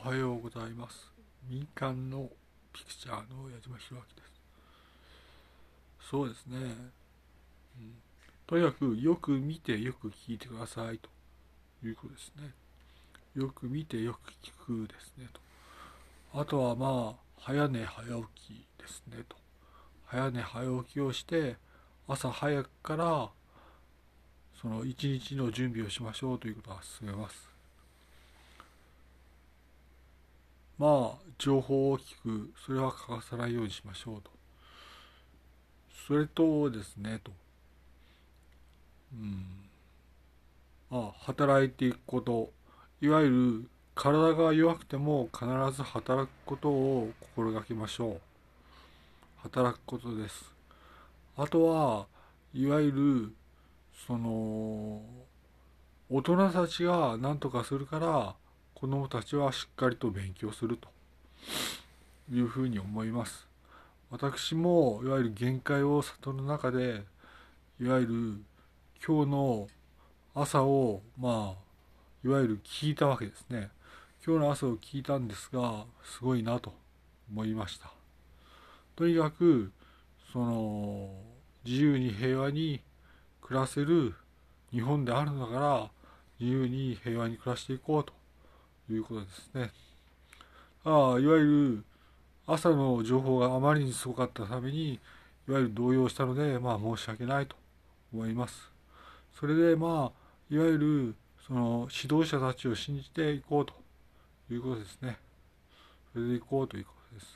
おはようございます。民間のピクチャーの矢島弘明です。そうですね。とにかくよく見てよく聞いてくださいということですね。よく見てよく聞くですねと。あとは早寝早起きですねと。早寝早起きをして朝早くからその一日の準備をしましょうということは進めます。情報を聞く、それは欠かさないようにしましょうと。それとですねと。うん、働いていくこと、いわゆる体が弱くても必ず働くことを心がけましょう。働くことです。あとはいわゆるその大人たちが何とかするから子供たちはしっかりと勉強するというふうに思います。私もいわゆる限界を悟る中でいわゆる今日の朝をいわゆる聞いたわけですね。今日の朝を聞いたんですが、すごいなと思いました。とにかく、その、自由に平和に暮らせる日本であるのだから、自由に平和に暮らしていこうということですね。いわゆる朝の情報があまりにすごかったために、いわゆる動揺したので、申し訳ないと思います。それでいわゆるその指導者たちを信じていこうということですね。それでいこうということです。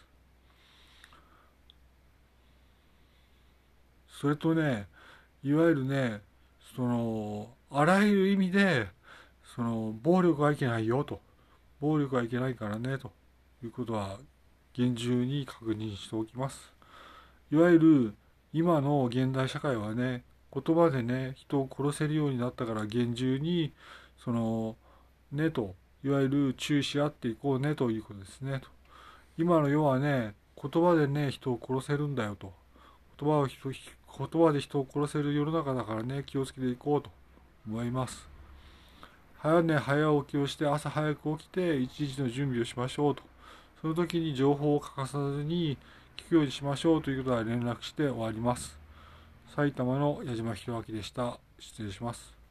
それとね、いわゆるね、あらゆる意味で、暴力はいけないよと。暴力はいけないからね、ということは、厳重に確認しておきます。いわゆる、今の現代社会はね、言葉でね、人を殺せるようになったから厳重に、その、ねと、いわゆる注意し合っていこうねということですね。今の世はね、言葉でね、人を殺せるんだよと。言葉で人を殺せる世の中だからね、気をつけていこうと思います。早寝早起きをして朝早く起きて一日の準備をしましょうと。その時に情報を欠かさずに聞くようにしましょうということは連絡して終わります。埼玉の矢島弘明でした。失礼します。